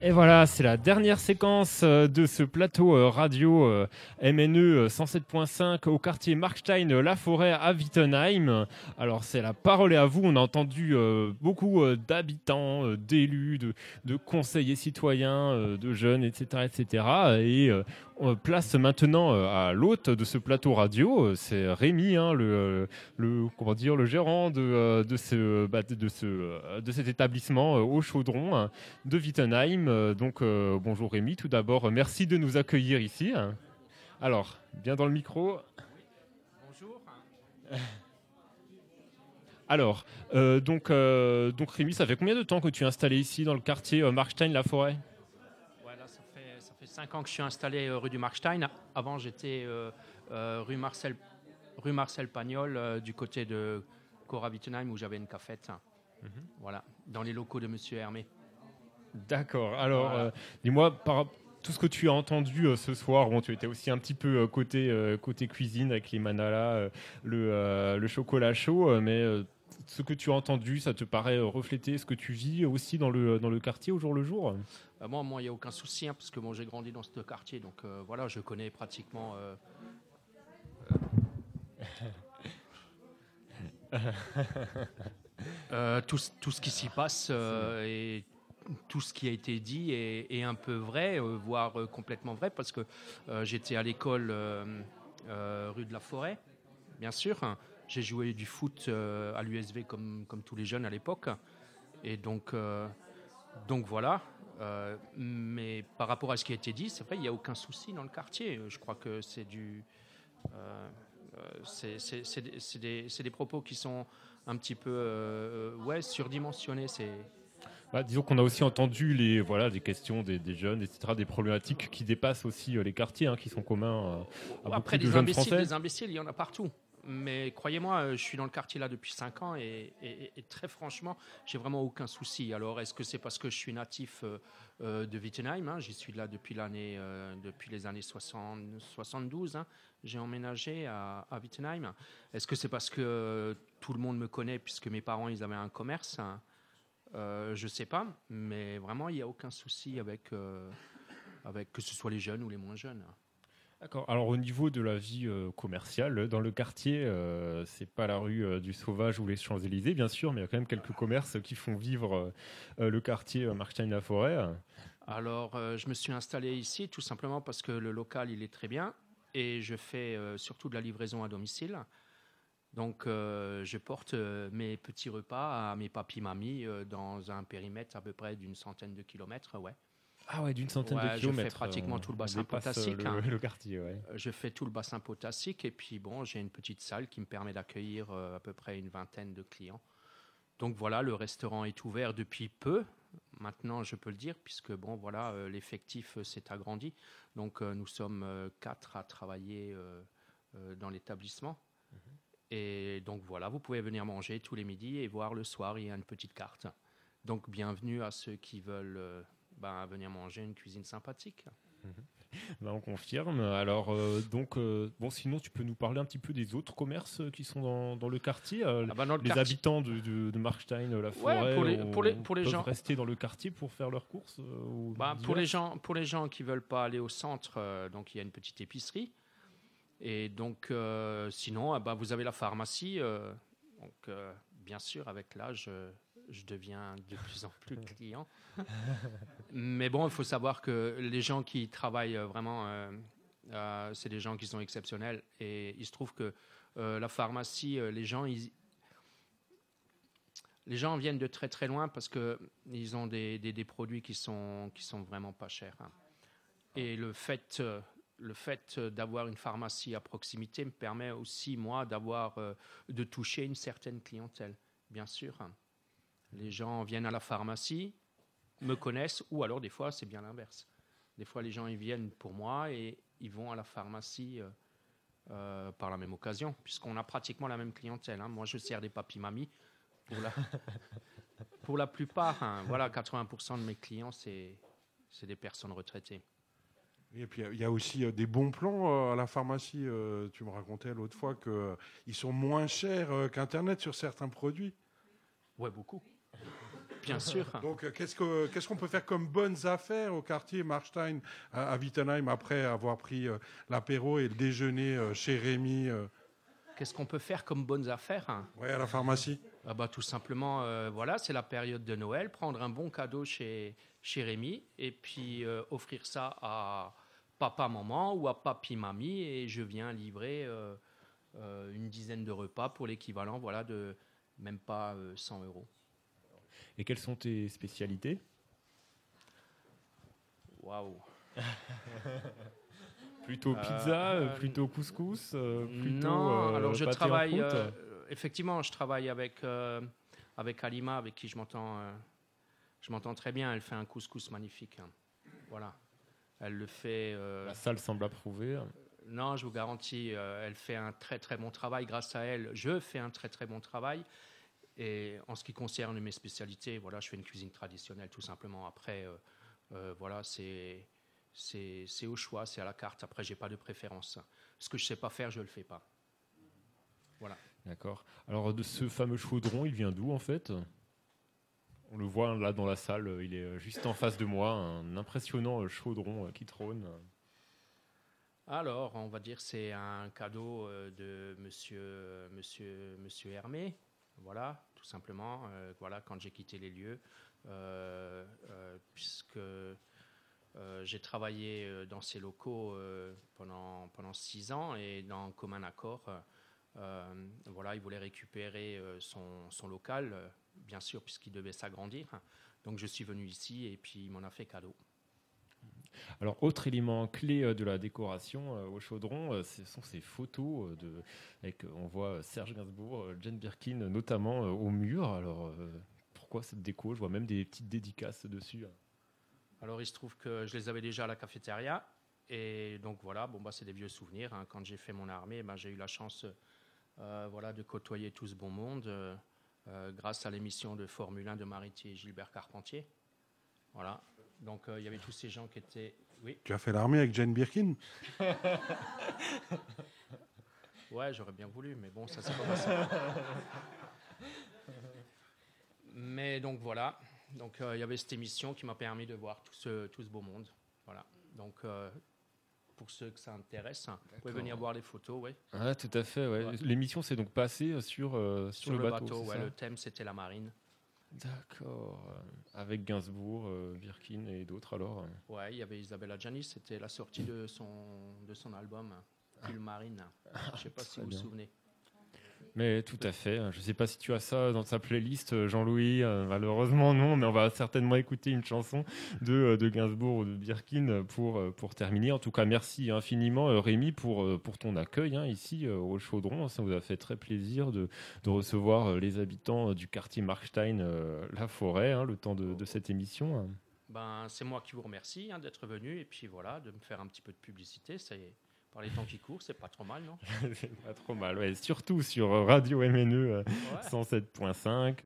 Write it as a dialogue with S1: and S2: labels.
S1: Et voilà, c'est la dernière séquence de ce plateau radio MNE 107.5 au quartier Markstein, La Forêt à Wittenheim. Alors c'est la parole est à vous, on a entendu beaucoup d'habitants, d'élus, de conseillers citoyens, de jeunes, etc. etc. Et on place maintenant à l'hôte de ce plateau radio, c'est Rémi, hein, comment dire, le gérant de cet établissement au Chaudron, hein, de Wittenheim. Bonjour Rémi, tout d'abord, merci de nous accueillir ici. Alors, bien dans le micro.
S2: Bonjour.
S1: Alors, donc Rémi, ça fait combien de temps que tu es installé ici dans le quartier Markstein-la-Forêt ?
S2: Voilà, ça fait 5 ans que je suis installé rue du Markstein. Avant, j'étais rue Marcel Pagnol, du côté de Cora Wittenheim, où j'avais une cafette. Voilà, dans les locaux de Monsieur Hermé.
S1: D'accord. Alors,
S2: Voilà.
S1: dis-moi, par tout ce que tu as entendu ce soir, bon, tu étais aussi un petit peu côté cuisine avec les manalas, le chocolat chaud, mais ce que tu as entendu, ça te paraît refléter ce que tu vis aussi dans le quartier au jour le jour ?
S2: Moi, il n'y a aucun souci, hein, parce que j'ai grandi dans ce quartier, donc voilà, je connais pratiquement tout ce qui s'y passe et tout ce qui a été dit est un peu vrai, voire complètement vrai, parce que j'étais à l'école rue de la Forêt, bien sûr. J'ai joué du foot à l'USV comme tous les jeunes à l'époque. Et donc voilà. Mais par rapport à ce qui a été dit, c'est vrai, il n'y a aucun souci dans le quartier. Je crois que c'est des propos qui sont un petit peu surdimensionnés.
S1: Disons qu'on a aussi entendu des questions des jeunes, etc., des problématiques qui dépassent aussi les quartiers, hein, qui sont communs à beaucoup de jeunes Français.
S2: Des imbéciles, il y en a partout. Mais croyez-moi, je suis dans le quartier là depuis 5 ans et très franchement, j'ai vraiment aucun souci. Alors, est-ce que c'est parce que je suis natif de Wittenheim, hein, j'y suis là depuis les années 72, hein, j'ai emménagé à Wittenheim. Est-ce que c'est parce que tout le monde me connaît puisque mes parents ils avaient un commerce, hein, je sais pas, mais vraiment il n'y a aucun souci avec que ce soit les jeunes ou les moins jeunes.
S1: D'accord. Alors au niveau de la vie commerciale, dans le quartier, c'est pas la rue du Sauvage ou les Champs-Élysées, bien sûr, mais il y a quand même quelques commerces qui font vivre le quartier Markstein-la-Forêt.
S2: Alors, je me suis installé ici tout simplement parce que le local, il est très bien et je fais surtout de la livraison à domicile. Donc, je porte mes petits repas à mes papis-mamies dans un périmètre à peu près d'une centaine de kilomètres, ouais.
S1: Ah ouais, d'une centaine de kilomètres.
S2: Je fais pratiquement tout le bassin potassique.
S1: Le quartier, ouais.
S2: Je fais tout le bassin potassique et puis bon, j'ai une petite salle qui me permet d'accueillir à peu près une vingtaine de clients. Donc voilà, le restaurant est ouvert depuis peu. Maintenant, je peux le dire, puisque bon, voilà, l'effectif s'est agrandi. Donc nous sommes 4 à travailler dans l'établissement. Et donc voilà, vous pouvez venir manger tous les midis et voir le soir, il y a une petite carte. Donc bienvenue à ceux qui veulent venir manger une cuisine sympathique.
S1: On confirme. Alors, sinon, tu peux nous parler un petit peu des autres commerces qui sont dans le quartier. Habitants de Markstein-la-Forêt
S2: pour les gens
S1: rester dans le quartier pour faire leurs courses
S2: pour les gens qui veulent pas aller au centre, donc il y a une petite épicerie. Et donc, sinon, vous avez la pharmacie. Bien sûr, avec l'âge, je deviens de plus en plus client. Mais bon, il faut savoir que les gens qui travaillent vraiment, c'est des gens qui sont exceptionnels. Et il se trouve que la pharmacie, les gens viennent de très très loin parce qu'ils ont des produits qui sont vraiment pas chers. Hein. Et le fait d'avoir une pharmacie à proximité me permet aussi, moi, de toucher une certaine clientèle, bien sûr. Les gens viennent à la pharmacie, me connaissent, ou alors des fois, c'est bien l'inverse. Des fois, les gens ils viennent pour moi et ils vont à la pharmacie par la même occasion, puisqu'on a pratiquement la même clientèle. Hein. Moi, je sers des papis-mamies. Pour la plupart, hein, voilà, 80% de mes clients, c'est des personnes retraitées.
S3: Et puis il y a aussi des bons plans à la pharmacie. Tu me racontais l'autre fois qu'ils sont moins chers qu'Internet sur certains produits.
S2: Ouais, beaucoup. Bien sûr.
S3: Donc, qu'est-ce qu'on peut faire comme bonnes affaires au quartier Markstein à Wittenheim après avoir pris l'apéro et le déjeuner chez Rémi
S2: Qu'est-ce qu'on peut faire comme bonnes affaires, hein?
S3: à la pharmacie?
S2: Ah bah, tout simplement, voilà, c'est la période de Noël, prendre un bon cadeau chez Rémi et puis offrir ça à papa, maman ou à papi, mamie et je viens livrer une dizaine de repas pour l'équivalent voilà, de même pas 100 €.
S1: Et quelles sont tes spécialités?
S2: Waouh!
S1: Plutôt pizza, plutôt couscous, plutôt
S2: non, alors je
S1: pâté en
S2: travaille,
S1: croûte
S2: effectivement, je travaille avec Alima, avec qui je m'entends très bien. Elle fait un couscous magnifique, hein. Voilà. Elle le fait.
S1: La salle semble approuver.
S2: Non, je vous garantis, elle fait un très très bon travail. Grâce à elle, je fais un très très bon travail. Et en ce qui concerne mes spécialités, voilà, je fais une cuisine traditionnelle tout simplement. Après, voilà, c'est au choix, c'est à la carte. Après, j'ai pas de préférence. Ce que je sais pas faire, je le fais pas. Voilà.
S1: D'accord. Alors, de ce fameux chaudron, il vient d'où en fait? On le voit là dans la salle, il est juste en face de moi, un impressionnant chaudron qui trône.
S2: Alors, on va dire c'est un cadeau de monsieur Hermé. Voilà, tout simplement. Voilà, quand j'ai quitté les lieux, puisque j'ai travaillé dans ces locaux pendant 6 ans et dans commun accord, voilà, il voulait récupérer son local, bien sûr, puisqu'il devait s'agrandir. Donc, je suis venu ici et puis il m'en a fait cadeau.
S1: Alors, autre élément clé de la décoration au chaudron, ce sont ces photos on voit Serge Gainsbourg, Jane Birkin notamment au mur. Alors, pourquoi cette déco? Je vois même des petites dédicaces dessus.
S2: Alors, il se trouve que je les avais déjà à la cafétéria. Et donc, voilà, bon, bah, c'est des vieux souvenirs, hein. Quand j'ai fait mon armée, bah, j'ai eu la chance voilà, de côtoyer tout ce bon monde grâce à l'émission de Formule 1 de Maritier et Gilbert Carpentier. Voilà. Donc, il y avait tous ces gens qui étaient... Oui.
S3: Tu as fait l'armée avec Jane Birkin?
S2: Ouais, j'aurais bien voulu, mais bon, ça c'est pas passé. Mais donc, voilà. Donc, il y avait cette émission qui m'a permis de voir tout ce beau monde. Voilà. Donc, pour ceux que ça intéresse, vous pouvez venir voir les photos, oui.
S1: Ah, tout à fait, ouais. Ouais. L'émission s'est donc passée sur le bateau.
S2: Ouais, le thème, c'était la marine.
S1: D'accord. Avec Gainsbourg, Birkin et d'autres alors.
S2: Ouais, il y avait Isabella Giannis, c'était la sortie de son album Pull Marine. Je ne sais pas si vous vous souvenez.
S1: Mais tout à fait. Je ne sais pas si tu as ça dans ta playlist, Jean-Louis. Malheureusement, non, mais on va certainement écouter une chanson de Gainsbourg ou de Birkin pour terminer. En tout cas, merci infiniment, Rémi, pour ton accueil ici au Chaudron. Ça nous a fait très plaisir de recevoir les habitants du quartier Markstein, la forêt, le temps de cette émission.
S2: Ben, c'est moi qui vous remercie d'être venu et puis voilà, de me faire un petit peu de publicité. Par les temps qui courent, c'est pas trop mal, non?
S1: C'est pas trop mal, ouais. Surtout sur Radio MNE 107.5.